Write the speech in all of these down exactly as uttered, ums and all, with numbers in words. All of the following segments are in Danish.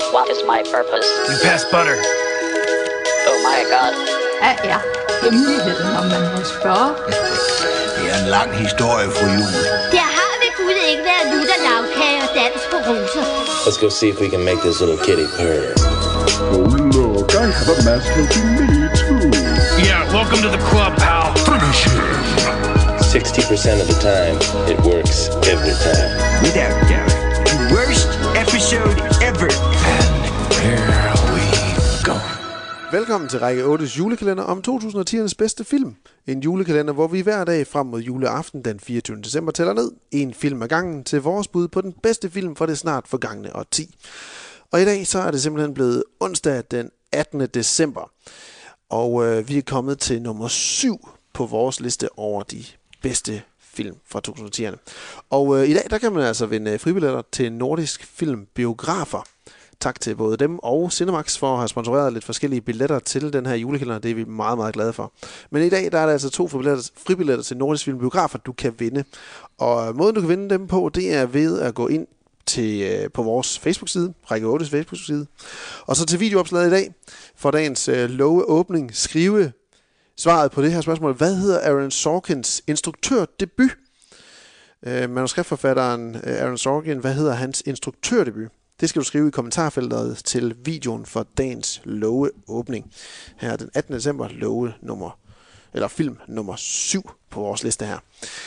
What is my purpose? You pass butter. Oh my god. Hvad er hemmeligheden, om man må spørge? Det er en lang historie, fru Jul. Der har ved Gud ikke været lutter lavkage og dans på roser. Let's go see if we can make this little kitty purr. Oh look, I have a mask helping me too. Yeah, welcome to the club, pal. Finish him. sixty percent of the time, it works every time. Without doubt, the worst episode ever. And here we go. Velkommen til række ottes julekalender om to tusind og ti'ernes bedste film. En julekalender, hvor vi hver dag frem mod juleaften den fireogtyvende december tæller ned en film ad gangen til vores bud på den bedste film for det snart forgangne årti. Og i dag så er det simpelthen blevet onsdag den attende december. Og øh, vi er kommet til nummer syv på vores liste over de bedste film fra to tusind og ti'erne. Og øh, i dag der kan man altså vinde fribilletter til Nordisk Film Biografer. Tak til både dem og Cinemax for at have sponsoreret lidt forskellige billetter til den her julekalender. Det er vi meget, meget glade for. Men i dag der er der altså to fribilletter, fribilletter til Nordisk Film Biografer, du kan vinde. Og måden du kan vinde dem på, det er ved at gå ind til, øh, på vores Facebook-side, række ottes Facebook-side. Og så til videoopslaget i dag, for dagens øh, love-åbning, skrive svaret på det her spørgsmål. Hvad hedder Aaron Sorkins instruktørdebut? Øh, manuskriptforfatteren øh, Aaron Sorkin, hvad hedder hans instruktørdebut? Det skal du skrive i kommentarfeltet til videoen for dagens love-åbning. Her er den attende december, love nummer, eller film nummer syv på vores liste her.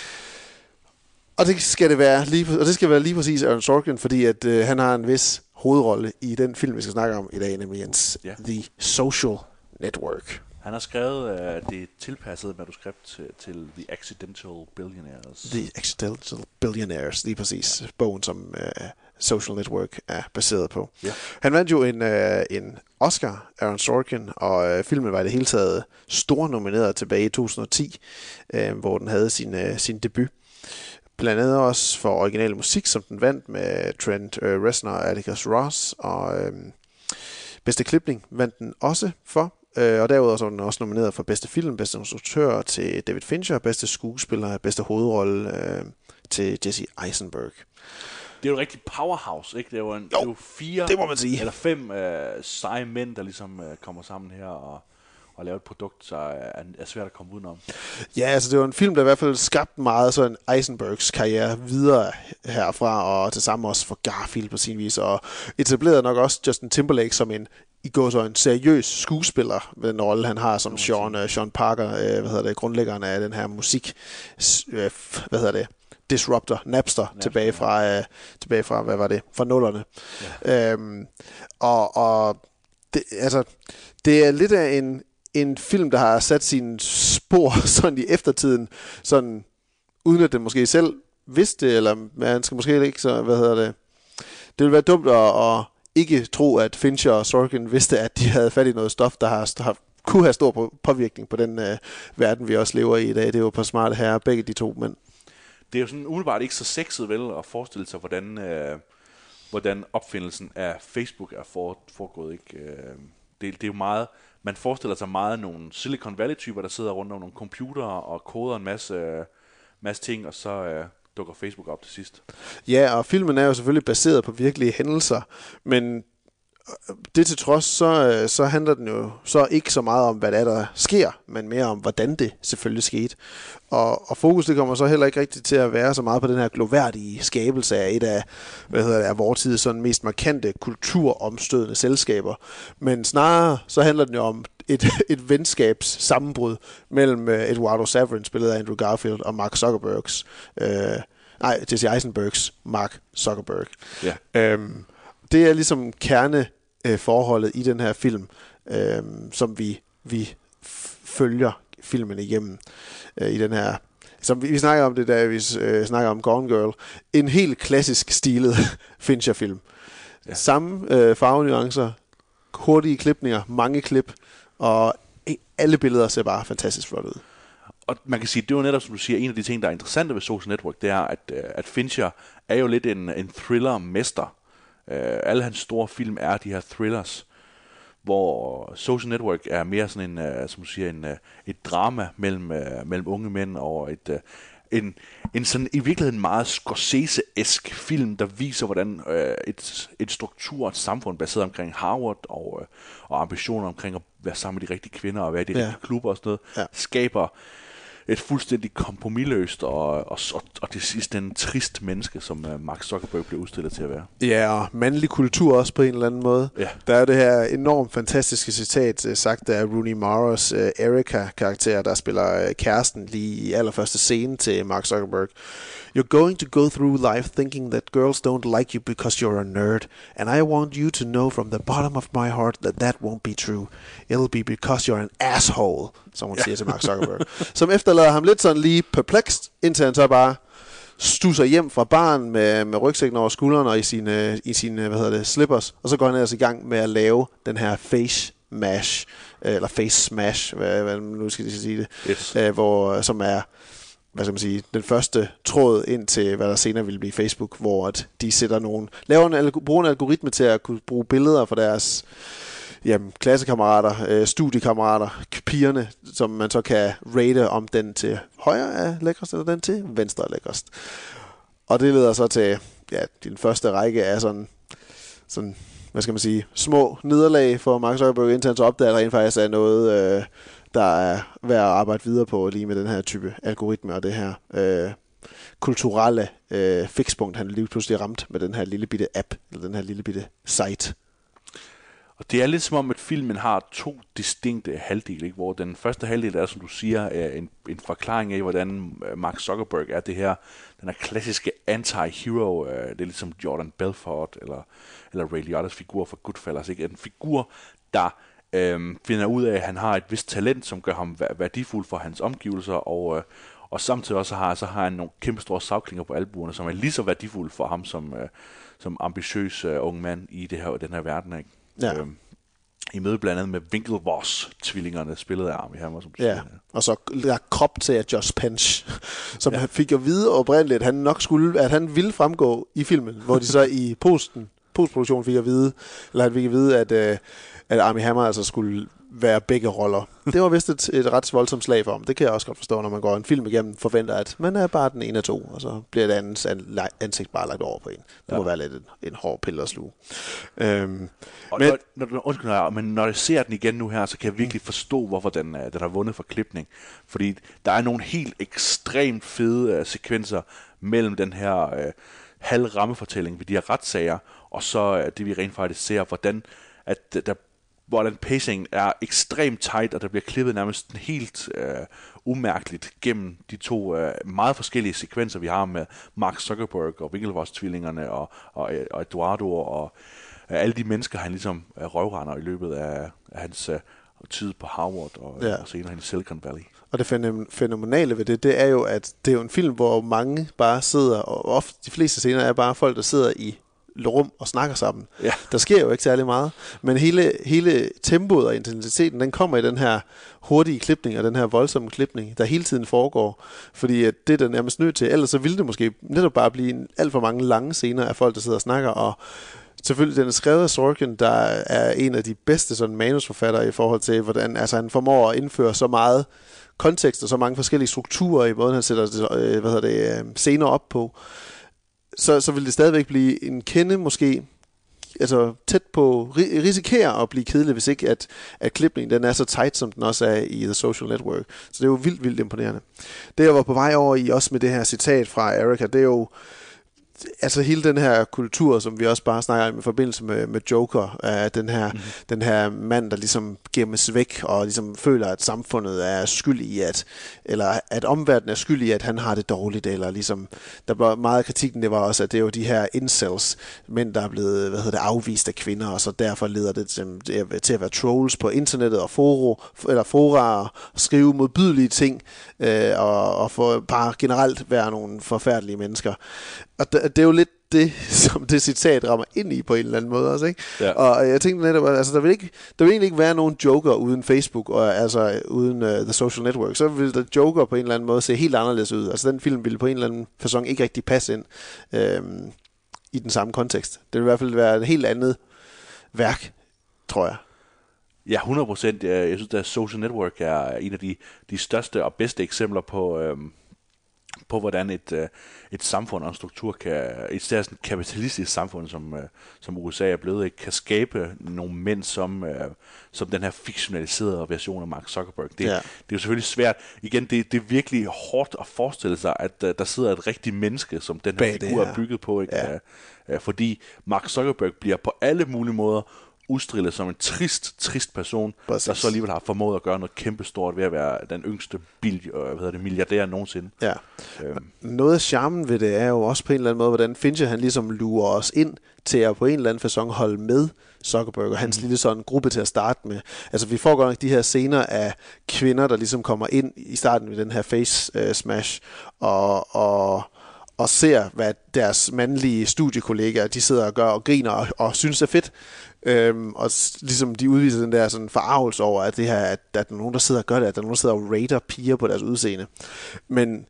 Og det skal det være lige, og det skal være lige præcis Aaron Sorkin, fordi at øh, han har en vis hovedrolle i den film, vi skal snakke om i dag, nemlig Jens, ja. The Social Network. Han har skrevet uh, det tilpassede manuskript til, til The Accidental Billionaires. The Accidental Billionaires, lige præcis. Bogen, som uh, Social Network er baseret på. Ja. Han vandt jo en, uh, en Oscar, Aaron Sorkin, og uh, filmen var i det hele taget stor nomineret tilbage i to tusind og ti, uh, hvor den havde sin, uh, sin debut. Blandt andet også for original musik, som den vandt med Trent uh, Reznor og Atticus Ross, og uh, bedste klipning vandt den også for. Og derudover så var den også nomineret for bedste film, bedste instruktør til David Fincher, bedste skuespiller, bedste hovedrolle øh, til Jesse Eisenberg. Det er jo en rigtig powerhouse, ikke? Det er jo, en, jo, det er jo fire det må man sige. eller fem øh, seje mænd, der ligesom øh, kommer sammen her og, og laver et produkt, så er, er svært at komme udenom. Ja, altså det var en film, der i hvert fald skabte meget sådan Eisenbergs karriere videre herfra, og til sammen også for Garfield på sin vis, og etablerede nok også Justin Timberlake som en i går så en seriøs skuespiller med den rolle, han har som Sean, uh, Sean Parker, uh, hvad hedder det, grundlæggeren af den her musik, uh, hvad hedder det, Disruptor, Napster, Napster tilbage fra, uh, tilbage fra, hvad var det, fra nullerne. Ja. Um, og og det, altså, det er lidt af en, en film, der har sat sine spor sådan i eftertiden, sådan, uden at den måske selv vidste det, eller man skal måske ikke, så, hvad hedder det, det ville være dumt at, at ikke tro, at Fincher og Sorkin vidste, at de havde fat i noget stof, der har, har kunne have stor påvirkning på den uh, verden, vi også lever i i dag. Det er jo på smarte herrer, begge de to mænd. Det er jo sådan umiddelbart ikke så sexet vel at forestille sig, hvordan, øh, hvordan opfindelsen af Facebook er for, foregået. Ikke? Det, det er jo meget, man forestiller sig meget nogle Silicon Valley-typer, der sidder rundt om nogle computere og koder en masse, masse ting, og så Øh, dukker Facebook op til sidst. Ja, og filmen er jo selvfølgelig baseret på virkelige hændelser, men det til trods, så, så handler den jo så ikke så meget om, hvad der, er, der sker, men mere om, hvordan det selvfølgelig skete. Og, og fokus det kommer så heller ikke rigtigt til at være så meget på den her gloværdige skabelse af et af, hvad hedder det, af vor tids sådan mest markante kulturomstødende selskaber. Men snarere så handler den jo om et, et venskabssammenbrud mellem uh, Eduardo Saverin, spillet af Andrew Garfield, og Mark Zuckerbergs, øh, nej, Jesse Eisenbergs Mark Zuckerberg. Ja. Øhm, Det er ligesom kerneforholdet øh, i den her film, øh, som vi, vi f- følger filmen igennem øh, i den her. Som vi, vi snakker om det, da vi øh, snakker om Gone Girl. En helt klassisk stilet Fincher-film. Ja. Samme øh, farvenuancer, hurtige klipninger, mange klip, og alle billeder ser bare fantastisk flot ud. Og man kan sige, det er jo netop, som du siger, en af de ting, der er interessante ved Social Network, det er, at, at Fincher er jo lidt en, en thriller-mester. Uh, alle hans store film er de her thrillers, hvor Social Network er mere sådan en, uh, som du siger, en, uh, et drama mellem, uh, mellem unge mænd og et, uh, en, en sådan i virkeligheden meget Scorsese-esk film, der viser, hvordan øh, et, et struktur, et samfund baseret omkring Harvard og, øh, og ambitioner omkring at være sammen med de rigtige kvinder og være i de ja. rigtige klubber og sådan noget, ja. skaber et fuldstændig kompromisløst og, og, og, og til sidst en trist menneske, som uh, Mark Zuckerberg blev udstillet til at være. Ja, og mandlig kultur også på en eller anden måde. Ja. Der er det her enormt fantastiske citat, uh, sagt af Rooney Mara's uh, Erica-karakter, der spiller uh, kæresten lige i allerførste scene til Mark Zuckerberg. You're going to go through life thinking that girls don't like you because you're a nerd, and I want you to know from the bottom of my heart that that won't be true. It'll be because you're an asshole, som hun ja. siger til Mark Zuckerberg. Som efterlader ham lidt sådan lige perplexed, indtil han så bare stusser hjem fra baren med, med rygsækken over skulderen og i sine, i sine hvad hedder det, slippers, og så går han ellers i gang med at lave den her face mash, eller face smash, hvad, hvad nu skal jeg sige det, yes. øh, hvor, som er hvad skal man sige, den første tråd ind til, hvad der senere vil blive Facebook, hvor at de sætter nogen, laver en, bruger en algoritme til at kunne bruge billeder fra deres jamen, klassekammerater, øh, studiekammerater, pigerne, som man så kan rate, om den til højre er lækrest, eller den til venstre er lækrest. Og det leder så til, ja, den første række er sådan, sådan hvad skal man sige, små nederlag for Mark Zuckerberg, indtil han så opdager, at der rent faktisk er noget, øh, der er værd at arbejde videre på, lige med den her type algoritme og det her øh, kulturelle øh, fikspunkt, han lige pludselig ramt med den her lille bitte app, eller den her lille bitte site. Og det er lidt som om, at filmen har to distinkte halvdele, ikke? Hvor den første halvdel er, som du siger, en, en forklaring af, hvordan Mark Zuckerberg er det her, den her klassiske anti-hero, øh, det er ligesom Jordan Belfort eller, eller Ray Liotta's figur fra Goodfellas, ikke? En figur, der øh, finder ud af, at han har et vist talent, som gør ham værdifuld for hans omgivelser, og, øh, og samtidig også har, så har han nogle kæmpe store savklinger på albuerne, som er lige så værdifulde for ham som, øh, som ambitiøs øh, ung mand i det her, den her verden, ikke? Ja. Øhm, I møde blandt andet med Winklevoss-tvillingerne, spillet af Armie Hammer, som du ja. siger. Og så der krop til at Josh Pench, som ja. fik jo at vide oprindeligt, at han nok skulle, at han ville fremgå i filmen, hvor de så i posten, postproduktionen fik at vide, eller han fik at vide, at, øh, at Armie Hammer altså skulle være begge roller. Det var vist et, et ret voldsomt slag for ham. Det kan jeg også godt forstå, når man går en film igennem, forventer, at man er bare den ene af to, og så bliver det andet ansigt bare lagt over på en. Det ja. må være lidt en, en hård pille at sluge. Øhm, og men, når, når, undskyld, men når jeg ser den igen nu her, så kan jeg virkelig forstå, hvorfor den, den har vundet for klipning. Fordi der er nogle helt ekstremt fede uh, sekvenser mellem den her uh, halv rammefortælling ved de her retssager, og så uh, det vi rent faktisk ser, hvordan at der hvordan pacingen er ekstremt tight, og der bliver klippet nærmest helt øh, umærkeligt gennem de to øh, meget forskellige sekvenser, vi har med Mark Zuckerberg og Winklevoss-tvillingerne og, og, og Eduardo og øh, alle de mennesker, han ligesom øh, røvrender i løbet af, af hans øh, tid på Harvard og, ja. og senere i Silicon Valley. Og det fænomenale ved det, det er jo, at det er jo en film, hvor mange bare sidder, og ofte de fleste scener er bare folk, der sidder i rum og snakker sammen. Ja. Der sker jo ikke særlig meget, men hele, hele tempoet og intensiteten, den kommer i den her hurtige klipning og den her voldsomme klipning, der hele tiden foregår, fordi at det er der nærmest nødt til, ellers så ville det måske netop bare blive en, alt for mange lange scener af folk, der sidder og snakker, og selvfølgelig den er skrevet af Sorkin, der er en af de bedste sådan manusforfattere i forhold til, hvordan altså, han formår at indføre så meget kontekst og så mange forskellige strukturer i måden, han sætter øh, hvad hedder det, øh, scener op på. Så, så vil det stadigvæk blive en kende måske altså tæt på risikere at blive kedelig, hvis ikke at, at klipningen den er så tight, som den også er i The Social Network. Så det er jo vildt, vildt imponerende. Det jeg var på vej over i, også med det her citat fra Erica, det er jo altså hele den her kultur, som vi også bare snakker om i forbindelse med, med Joker, uh, den her mm-hmm. den her mand, der ligesom gemmes væk og ligesom føler, at samfundet er skyld i at, eller at omverdenen er skyld i, at han har det dårligt, eller ligesom, der var meget af kritikken, det var også, at det er jo de her incels, mænd, der er blevet, hvad hedder det, afvist af kvinder, og så derfor leder det til, til at være trolls på internettet og foro, eller fora, og skrive modbydelige ting, uh, og, og for bare generelt være nogle forfærdelige mennesker. Og det, det er jo lidt det, som det citat rammer ind i på en eller anden måde også, ikke? Ja. Og jeg tænkte netop, altså der vil ikke, der vil egentlig ikke være nogen Joker uden Facebook, og altså uden uh, The Social Network. Så vil der Joker på en eller anden måde se helt anderledes ud. Altså den film ville på en eller anden facon ikke rigtig passe ind øhm, i den samme kontekst. Det vil i hvert fald være et helt andet værk, tror jeg. Ja, hundrede procent. Jeg synes, at Social Network er en af de, de største og bedste eksempler på... Øhm på hvordan et, øh, et samfund og en struktur kan, et sådan kapitalistisk samfund, som, øh, som U S A er blevet, ikke, kan skabe nogle mænd som, øh, som den her fiktionaliserede version af Mark Zuckerberg. Det, ja. det er jo selvfølgelig svært. Igen, det, det er virkelig hårdt at forestille sig, at øh, der sidder et rigtigt menneske, som den her figur er bygget på, ikke? Ja. Øh, fordi Mark Zuckerberg bliver på alle mulige måder udstrillet som en trist, trist person, Præcis. der så alligevel har formået at gøre noget kæmpestort ved at være den yngste bil, hvad hedder det, milliardær nogensinde. Ja. Øhm. Noget af charmen ved det er jo også på en eller anden måde, hvordan Fincher han ligesom lurer os ind til at på en eller anden facon holde med Zuckerberg og hans mm. lille sådan gruppe til at starte med. Altså vi får godt nok de her scener af kvinder, der ligesom kommer ind i starten ved den her face uh, smash og, og og ser, hvad deres mandlige studiekollegaer, de sidder og gør og griner og, og synes er fedt. Øhm, og ligesom de udviser den der sådan forarvelse over, at det her, at der er nogen, der sidder og gør det, at der er nogen, der sidder og rater piger på deres udseende. Men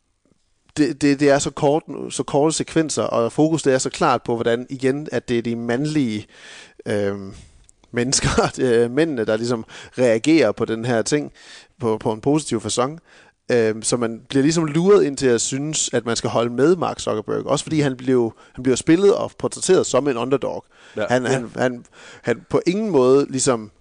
det, det, det er så, kort, så korte sekvenser, og fokus det er så klart på, hvordan igen, at det er de mandlige øhm, mennesker, det er mændene, der ligesom reagerer på den her ting, på, på en positiv facon. Øhm, så man bliver ligesom luret ind til at synes, at man skal holde med Mark Zuckerberg. Også fordi han blev, han blev spillet og portrætteret som en underdog. Ja, han, ja. Han, han, han på ingen måde ligesom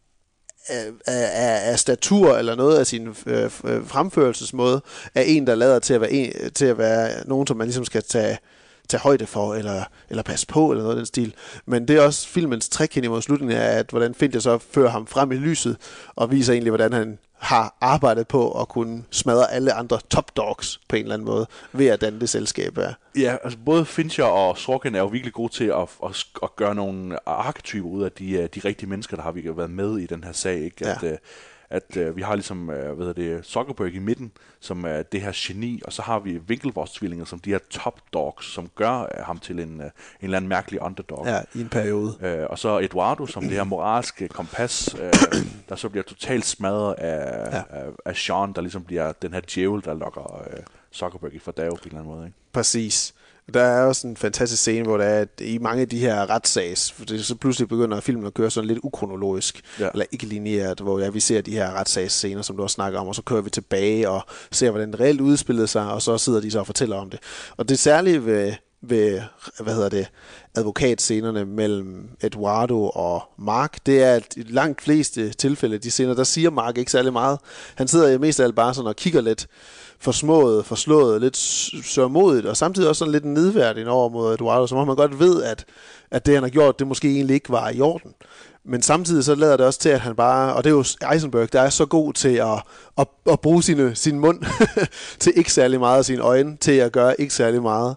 af, af, af statur eller noget af sin øh, fremførelsesmåde er en, der lader til at være, en, til at være nogen, som man ligesom skal tage, tage højde for, eller, eller passe på, eller noget af den stil. Men det er også filmens trick hen imod slutningen af, at hvordan Fincher så fører ham frem i lyset, og viser egentlig, hvordan han har arbejdet på at kunne smadre alle andre top dogs på en eller anden måde, ved at danne det selskab er. Ja, altså både Fincher og Sorkin er jo virkelig gode til at, at, at gøre nogle arketyper ud af de, de rigtige mennesker, der har vi været med i den her sag, ikke? At, ja. at uh, vi har ligesom, uh, hvad hedder det, Zuckerberg i midten, som er det her geni, og så har vi Winklevoss-tvillinger, som de her top dogs, som gør uh, ham til en, uh, en eller anden mærkelig underdog. Ja, i en periode. Uh, og så Eduardo, som det her moralske kompas, uh, der så bliver totalt smadret af, ja. af, af Sean, der ligesom bliver den her djævel, der lokker uh, Zuckerberg i fordave på en eller anden måde, ikke? Præcis. Der er også en fantastisk scene, hvor der er, at i mange af de her retssags, for det så pludselig begynder filmen at køre sådan lidt ukronologisk, ja. eller ikke lineært, hvor ja, vi ser de her retssagsscener, som du også snakker om, og så kører vi tilbage og ser, hvordan det reelt udspillede sig, og så sidder de så og fortæller om det. Og det særlige ved, ved hvad hedder det, advokatscenerne mellem Eduardo og Mark, det er, at i langt fleste tilfælde, de scener, der siger Mark ikke særlig meget. Han sidder mest af alt bare sådan og kigger lidt forsmået, forslået, lidt sørmodigt, og samtidig også sådan lidt nedværdigt over mod Eduardo, som om man godt ved, at, at det, han har gjort, det måske egentlig ikke var i orden. Men samtidig så lader det også til, at han bare, og det er jo Eisenberg, der er så god til at, at, at bruge sine, sin mund til ikke særlig meget, og sine øjne til at gøre ikke særlig meget.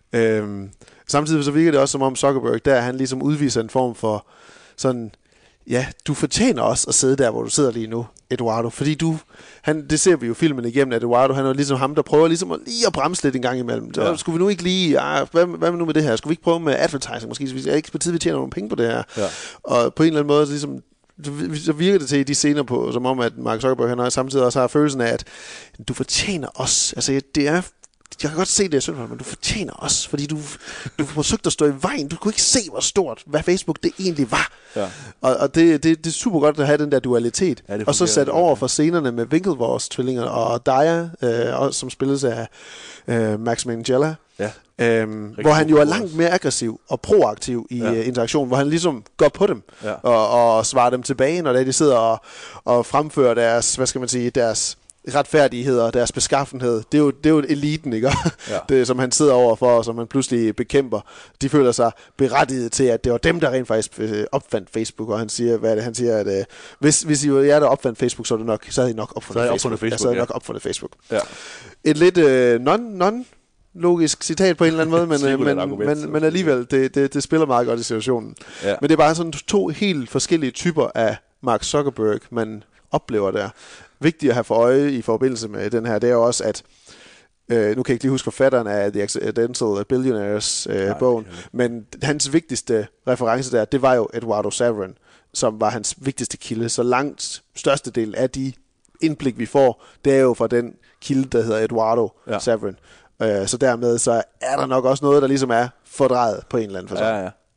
Øhm, samtidig så virker det også som om Zuckerberg, der han ligesom udviser en form for sådan, ja, du fortjener også at sidde der, hvor du sidder lige nu, Eduardo, fordi du, han, det ser vi jo filmen igennem, at Eduardo, han er ligesom ham, der prøver ligesom at, lige at bremse lidt en gang imellem. Ja. Skulle vi nu ikke lige, ah, hvad, hvad nu med det her? Skulle vi ikke prøve med advertising måske? Så vi er ikke på tid, vi tjener nogle penge på det her. Ja. Og på en eller anden måde, så, ligesom, så virker det til i de scener på, som om, at Mark Zuckerberg, han samtidig også har følelsen af, at du fortjener os. Altså, det er jeg kan godt se det, jeg synes, men du fortjener os, fordi du, du forsøgte at stå i vejen. Du kunne ikke se, hvor stort, hvad Facebook det egentlig var. Ja. Og, og det, det, det er super godt at have den der dualitet. Ja, og så sat over for scenerne med Winklevoss-tvillinger og Daya, øh, som spilles af øh, Max Minghella. Ja. Øhm, hvor han jo er langt mere aggressiv og proaktiv i ja. interaktion, hvor han ligesom går på dem ja. og, og svarer dem tilbage, når de sidder og, og fremfører deres, hvad skal man sige, deres retfærdighed og deres beskaffenhed. Det er jo, det er jo eliten, ikke? Ja. Det, som han sidder overfor, og som han pludselig bekæmper. De føler sig berettiget til, at det var dem, der rent faktisk opfandt Facebook, og han siger, hvad er det? Han siger, at øh, hvis, hvis I var jer, der opfandt Facebook, så, er det nok, så havde I nok opfundet så Facebook. Facebook. Ja, så havde I nok opfundet Facebook. Ja. Et lidt øh, non, non logisk citat på en eller anden måde, men, men, argument, men, men alligevel, det, det, det spiller meget godt i situationen. Ja. Men det er bare sådan to helt forskellige typer af Mark Zuckerberg, man oplever der. Vigtigt at have for øje i forbindelse med den her, det er jo også, at øh, nu kan jeg ikke lige huske forfatteren af The Accidental Billionaires øh, Nej, bogen, men hans vigtigste reference der, det var jo Eduardo Saverin, som var hans vigtigste kilde. Så langt størstedel af de indblik, vi får, det er jo fra den kilde, der hedder Eduardo ja. Saverin. Øh, så dermed så er der nok også noget, der ligesom er fordrejet på en eller anden fasong. Ja, ja.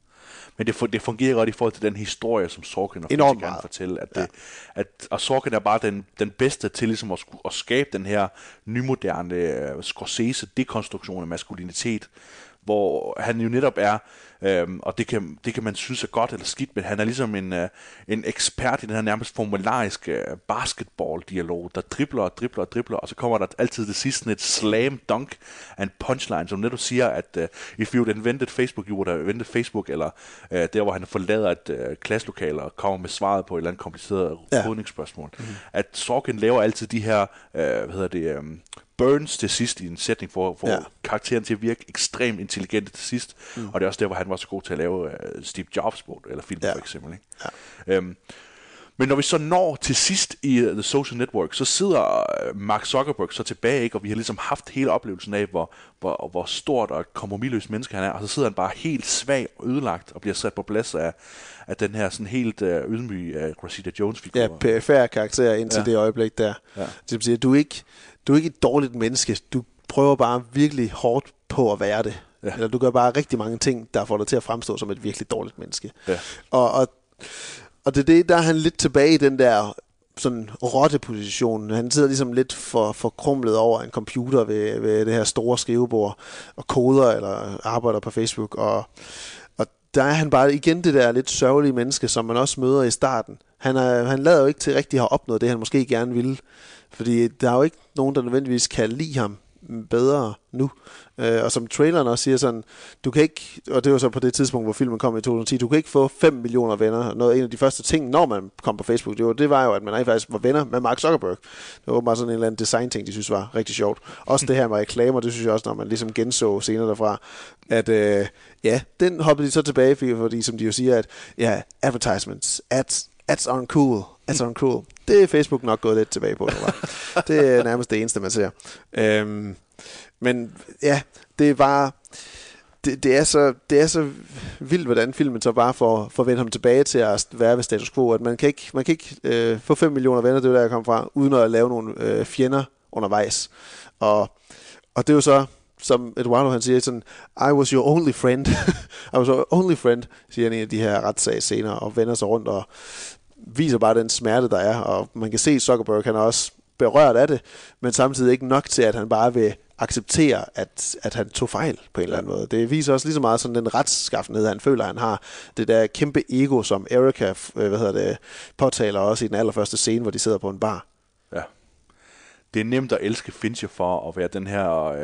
men det, det fungerer godt i forhold til den historie, som Sorkin og Fincher gerne vil fortælle. At det, ja. at, og Sorkin er bare den, den bedste til ligesom at, at skabe den her nymoderne uh, Scorsese-dekonstruktion af maskulinitet, hvor han jo netop er, øhm, og det kan, det kan man synes er godt eller skidt, men han er ligesom en, øh, en ekspert i den her nærmest formulariske øh, basketball-dialog, der dribler og dribler og dribler, og så kommer der altid det sidste sådan et slam dunk af en punchline, som netop siger, at uh, if you invented Facebook, you would have invented Facebook, eller uh, der, hvor han forlader et uh, klasselokale og kommer med svaret på et eller andet kompliceret ja. kodningsspørgsmål. Mm-hmm. At Sorkin laver altid de her, uh, hvad hedder det, um, burns til sidst i en sætning for, for ja. karakteren til at virke ekstremt intelligent til sidst, mm. og det er også der, hvor han var så god til at lave uh, Steve Jobs bog, eller film ja. for eksempel. Ikke? Ja. Um, men når vi så når til sidst i uh, The Social Network, så sidder uh, Mark Zuckerberg så tilbage, ikke? Og vi har ligesom haft hele oplevelsen af, hvor, hvor, hvor stort og kompromisløst menneske han er, og så sidder han bare helt svag og ødelagt, og bliver sat på plads af, af den her sådan helt uh, ydmyge uh, Rashida Jones-figur. Ja, perifære karakter indtil ja. det øjeblik der. Ja. Det vil sige, du er ikke Du er ikke et dårligt menneske. Du prøver bare virkelig hårdt på at være det. Ja. Eller du gør bare rigtig mange ting, der får dig til at fremstå som et virkelig dårligt menneske. Ja. Og, og, og det er det, der er han lidt tilbage i den der sådan rotteposition. Han sidder ligesom lidt for, for krumlet over en computer ved, ved det her store skrivebord og koder eller arbejder på Facebook. Og, og der er han bare igen det der lidt sørgelige menneske, som man også møder i starten. Han, er, han lader jo ikke til rigtig at have opnået det, han måske gerne ville. Fordi der er jo ikke nogen, der nødvendigvis kan lide ham bedre nu. Øh, og som traileren også siger sådan, du kan ikke, og det var så på det tidspunkt, hvor filmen kom i to tusind og ti, du kan ikke få fem millioner venner. Noget en af de første ting, når man kom på Facebook, det var, det var jo, at man faktisk var venner med Mark Zuckerberg. Det var bare sådan en eller anden design-ting, de synes var rigtig sjovt. Også det her med reklamer, det synes jeg også, når man ligesom genså scener derfra, at øh, ja, den hoppede de så tilbage, fordi som de jo siger, at ja, advertisements, ads, ads aren't cool, ads aren't cool. Det er Facebook nok gået lidt tilbage på. Det er nærmest det eneste, man ser. Øhm, men ja, det er bare... Det, det, er så, det er så vildt, hvordan filmen så bare får, får vendt ham tilbage til at være ved status quo. At man kan ikke, man kan ikke øh, få fem millioner venner, det er der, jeg kom fra, uden at lave nogle øh, fjender undervejs. Og, og det er jo så, som Eduardo han siger, sådan, I was your only friend. I was your only friend, siger han i en af de her retssager senere, og vender sig rundt og viser bare den smerte, der er, og man kan se, at Zuckerberg han er også berørt af det, men samtidig ikke nok til, at han bare vil acceptere, at, at han tog fejl på en eller anden måde. Det viser også lige så meget sådan den retskaffenhed, han føler, han har. Det der kæmpe ego, som Erica hvad hedder det, påtaler også i den allerførste scene, hvor de sidder på en bar. Ja. Det er nemt at elske Fincher for at være den her øh,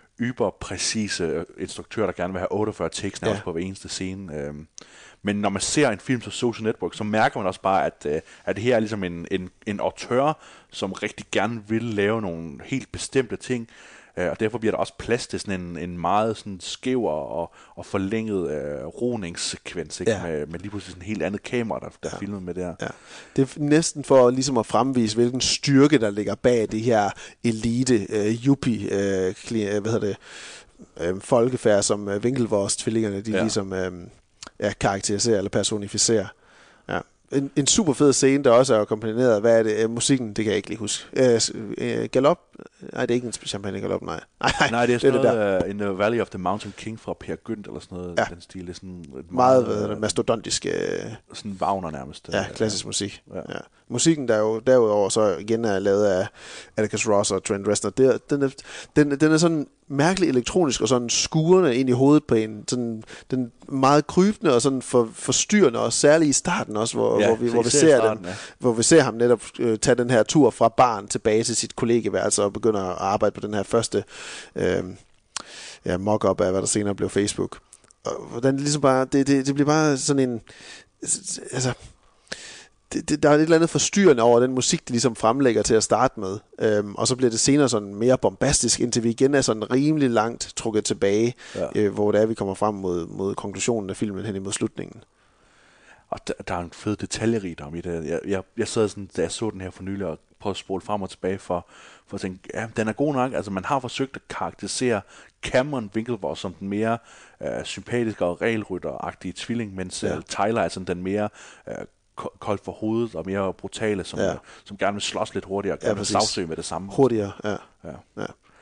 yberpræcise instruktør, der gerne vil have otteogfyrre takes nærmest ja. på hver eneste scene. Øh. Men når man ser en film som Social Network, så mærker man også bare, at, øh, at det her er ligesom en, en, en auteur, som rigtig gerne vil lave nogle helt bestemte ting, øh, og derfor bliver der også plads til sådan en, en meget sådan skæv og, og forlænget øh, roningssekvens, ikke? Ja. Med, med lige pludselig sådan en helt andet kamera, der, der ja. filmet med det her. Ja. Det er næsten for ligesom at fremvise, hvilken styrke, der ligger bag det her elite, øh, yuppie, øh, hvad hedder det, øh, folkefærd, som øh, Winklevoss-tvillingerne, de ja. ligesom... Øh, ja, karakteriserer eller personificerer. Ja. En, en super fed scene, der også er kombineret. Hvad er det? Øh, musikken, det kan jeg ikke lige huske. Øh, øh, Galop? Nej, det er ikke en champagne galop, nej. Nej, nej, nej, det er sådan det noget uh, In the Valley of the Mountain King fra Per Gynt, eller sådan noget. Ja. Den stil. Det er sådan et meget, meget uh, mastodontisk... Uh, sådan Wagner nærmest. Ja, klassisk musik. Ja. Ja. Musikken, der jo derudover så igen er lavet af Atticus Ross og Trent Reznor, det, den, er, den, den er sådan mærkelig elektronisk og sådan skurende ind i hovedet på en. Sådan, den meget krybende og sådan for, forstyrrende, og særligt i starten også, hvor, ja, hvor, vi, hvor, vi, ser starten, den, ja. hvor vi ser ham netop øh, tage den her tur fra barn tilbage til sit kollegeværelse og begynder at arbejde på den her første øh, ja, mock-up af, hvad der senere blev Facebook. Og hvordan det ligesom bare, det, det, det bliver bare sådan en, altså, det, det, der er et eller andet forstyrrende over den musik, de ligesom fremlægger til at starte med. Øhm, og så bliver det senere sådan mere bombastisk, indtil vi igen er sådan rimelig langt trukket tilbage, ja. øh, hvor det er, vi kommer frem mod, mod konklusionen af filmen hen imod slutningen. Og der, der er en fed detaljerigdom i det. Jeg, jeg, jeg sad sådan, da jeg så den her for nylig, og prøvede at spole frem og tilbage for, for at tænke, ja, den er god nok. Altså, man har forsøgt at karakterisere Cameron Winklevoss som den mere øh, sympatiske og regelrytteragtige tvilling, mens ja. Tyler er sådan den mere øh, koldt for hovedet og mere brutale, som, ja. øh, som gerne vil slås lidt hurtigere og gerne ja, vil sagsøge med det samme. Hurtigere, ja. ja. ja.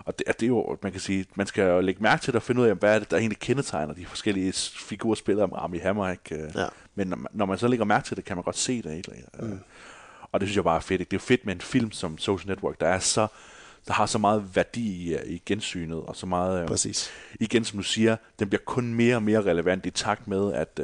Og det, det er jo, man kan sige, man skal jo lægge mærke til det og finde ud af, hvad er det, der egentlig kendetegner de forskellige figurspillere med Armie Hammer, ikke? Ja. Men når man, når man så lægger mærke til det, kan man godt se det. Ikke? Mm. Og det synes jeg bare er fedt. Ikke? Det er jo fedt med en film som Social Network, der er så, der har så meget værdi i, i gensynet, og så meget, præcis. Igen som du siger, den bliver kun mere og mere relevant i takt med, at,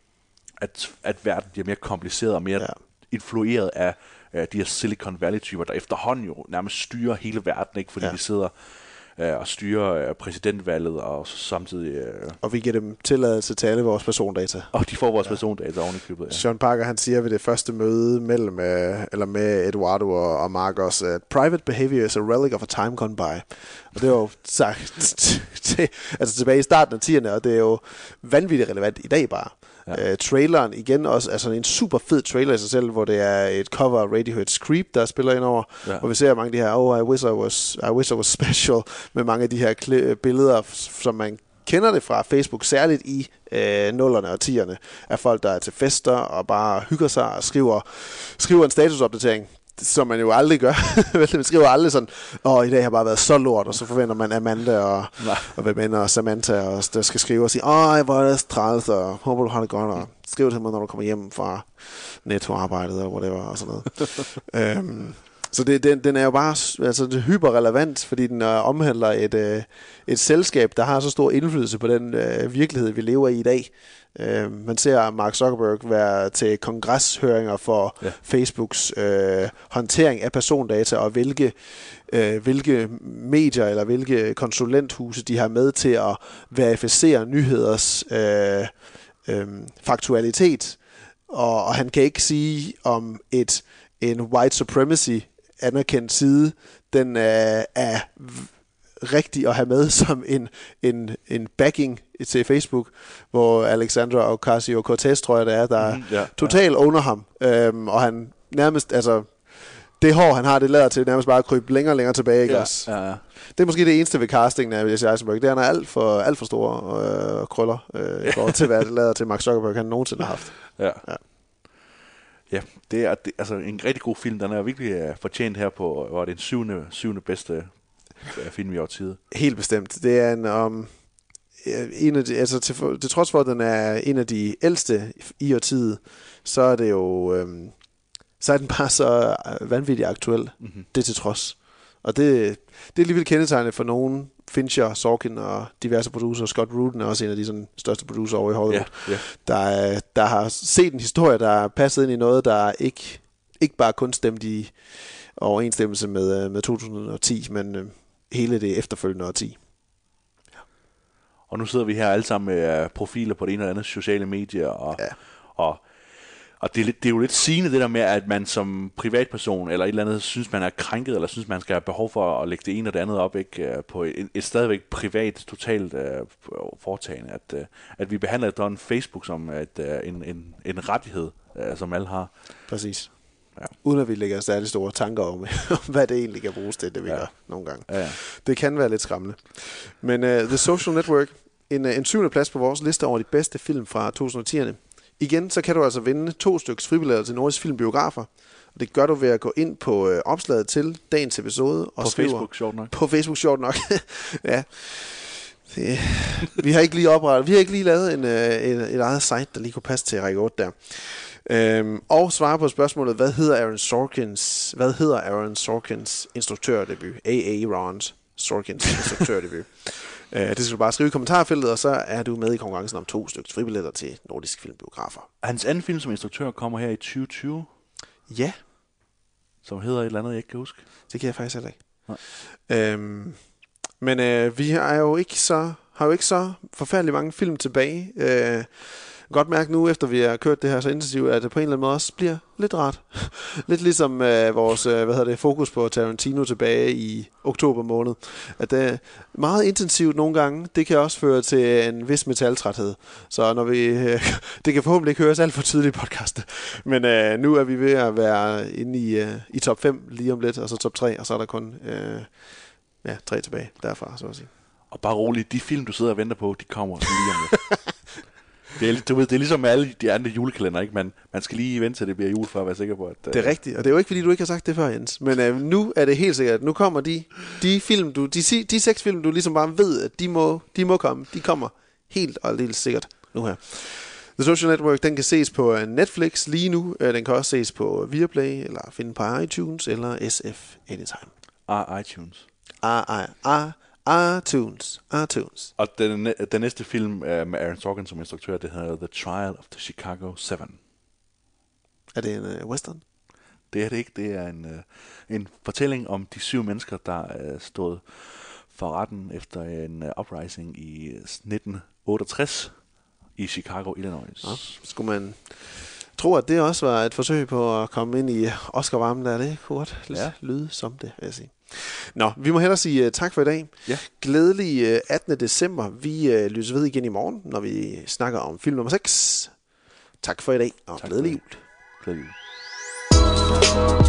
at, at verden bliver mere kompliceret og mere ja. influeret af de her Silicon Valley-typer, der efterhånden jo nærmest styrer hele verden, ikke? Fordi ja. de sidder øh, og styrer øh, præsidentvalget, og samtidig... Øh, og vi giver dem tilladelse til alle vores persondata. Og de får vores ja. persondata oven i købet, ja. Sean Parker, han siger ved det første møde mellem, øh, eller med Eduardo og, og Marcos, at private behavior is a relic of a time gone by. Og det er jo sagt til, altså tilbage i starten af tierne, og det er jo vanvittigt relevant i dag bare. Ja. Uh, traileren igen også, altså en super fed trailer i sig selv, hvor det er et cover af Radiohead's Creep, der spiller ind over, ja. Og vi ser mange af de her, oh, I wish I was, I wish I was special, med mange af de her kl- billeder, som man kender det fra Facebook, særligt i øh, nullerne og tierne, af folk, der er til fester og bare hygger sig og skriver, skriver en statusopdatering, som man jo aldrig gør. Man skriver aldrig sådan, åh, oh, i dag har bare været så lort, og så forventer man Amanda og, og Vemena og Samantha, og der skal skrive og sige, åh, hvor er det træls, og håber du har det godt, og skriv til mig, når du kommer hjem fra nettoarbejdet og whatever, og sådan noget. øhm, så det, den, den er jo bare altså, det er hyperrelevant, fordi den uh, omhandler et, uh, et selskab, der har så stor indflydelse på den uh, virkelighed, vi lever i i dag. Uh, man ser Mark Zuckerberg være til kongreshøringer for ja. Facebooks uh, håndtering af persondata, og hvilke, uh, hvilke medier eller hvilke konsulenthuse de har med til at verificere nyheders uh, um, faktualitet. Og, og han kan ikke sige om et en white supremacy anerkendt side, den er, er rigtig at have med som en, en, en backing til Facebook, hvor Alexandra Ocasio-Cortez, tror jeg det er, der mm, yeah, totalt yeah. owner ham. Øhm, og han nærmest, altså, det hår, han har, det lader til nærmest bare at krybe længere og længere tilbage, ikke yeah, også? Yeah, yeah. Det er måske det eneste ved castingen af Jesse Eisenberg. Det er, han er alt for, alt for store øh, krøller, øh, i forhold til, hvad det lader til Mark Zuckerberg, han nogensinde har haft. Ja. ja. Ja, det er det, altså en rigtig god film. Den er virkelig uh, fortjent her på, hvor det er den syvende, syvende bedste uh, film i årtiet. Helt bestemt. Det er en um, en af de, altså til, til trods for at den er en af de ældste i årtiet, så er det jo um, så er den bare så vanvittigt aktuel. Mm-hmm. Det til trods. Og det, det er alligevel kendetegnet for nogen. Fincher, Sorkin og diverse producer. Scott Rudin er også en af de sådan, største producer over i Hollywood, yeah, yeah. Der, der har set en historie, der er passet ind i noget, der ikke, ikke bare kun stemt i overensstemmelse med, med to tusind og ti, men øh, hele det efterfølgende årti. Ja. Og nu sidder vi her alle sammen med profiler på det ene eller andet sociale medier, og, ja. og Og det er, lidt, det er jo lidt sigende det der med, at man som privatperson eller et eller andet synes, man er krænket, eller synes, man skal have behov for at lægge det ene og det andet op, ikke, på et, et stadigvæk privat, totalt uh, foretagende. At, uh, at vi behandler efterhånden Facebook som et, uh, en, en, en rettighed, uh, som alle har. Præcis. Ja. Uden at vi lægger særlig store tanker om, hvad det egentlig kan bruges til, det vi ja. gør nogle gange. Ja, ja. Det kan være lidt skræmmende. Men uh, The Social Network, en, en syvende plads på vores liste over de bedste film fra to tusind og tierne. Igen, så kan du altså vinde to stykker fribilletter til Nordisk Filmbiografer. Og det gør du ved at gå ind på øh, opslaget til dagens episode. Og på skriver, Facebook, sjovt nok. På Facebook, sjovt nok. ja. Det, vi har ikke lige oprettet, vi har ikke lige lavet en, øh, et, et eget site, der lige kunne passe til række otte der. Øhm, og svare på spørgsmålet, hvad hedder Aaron Sorkins, hvad hedder Aaron Sorkins instruktørdebut? A A. Ron Sorkins instruktørdebut. Uh, det skal du bare skrive i kommentarfeltet, og så er du med i konkurrencen om to stykker fribilletter til Nordisk Filmbiografer. Hans anden film som instruktør kommer her i tyve tyve. Ja. Som hedder et eller andet, jeg ikke kan huske. Det kan jeg faktisk heller ikke. Øhm, men øh, vi har jo ikke så har jo ikke så forfærdeligt mange film tilbage. Øh, godt mærke nu, efter vi har kørt det her så intensivt, at det på en eller anden måde også bliver lidt rart. Lidt ligesom øh, vores øh, hvad hedder det, fokus på Tarantino tilbage i oktober måned. At det er meget intensivt nogle gange. Det kan også føre til en vis metaltræthed. Så når vi øh, det kan forhåbentlig ikke høres alt for tydeligt i podcastet. Men øh, nu er vi ved at være inde i, øh, i top fem lige om lidt, og så top tre, og så er der kun øh, ja, tre tilbage derfra, så at sige. Og bare roligt, de film, du sidder og venter på, de kommer lige om lidt. Det er, du ved, det er ligesom med alle de andre julekalender, ikke? Man, man skal lige vente til det bliver jul, for at være sikker på, at... Uh... Det er rigtigt, og det er jo ikke, fordi du ikke har sagt det før, Jens. Men uh, nu er det helt sikkert, nu kommer de, de film, du, de, de seks film, du ligesom bare ved, at de må, de må komme. De kommer helt og helt sikkert nu her. The Social Network, den kan ses på Netflix lige nu. Den kan også ses på Viaplay, eller finde på iTunes, eller S F Anytime. Ah, iTunes. Ah, ah, ah, iTunes. iTunes. Og den, den næste film uh, med Aaron Sorkin som instruktør, det hedder The Trial of the Chicago Seven. Er det en uh, western? Det er det ikke. Det er en, uh, en fortælling om de syv mennesker, der er uh, stået for retten efter en uh, uprising i nitten otteogtres i Chicago, Illinois. Ja, skulle man tro, at det også var et forsøg på at komme ind i Oscar-varmen, der det kunne godt ja. lyde som det, vil jeg sige. Nå, vi må hellere sige uh, tak for i dag. Ja. Glædelig uh, attende december. Vi uh, lyser ved igen i morgen, når vi snakker om film nummer seks. Tak for i dag, og tak glædelig jul. Glædelig jul.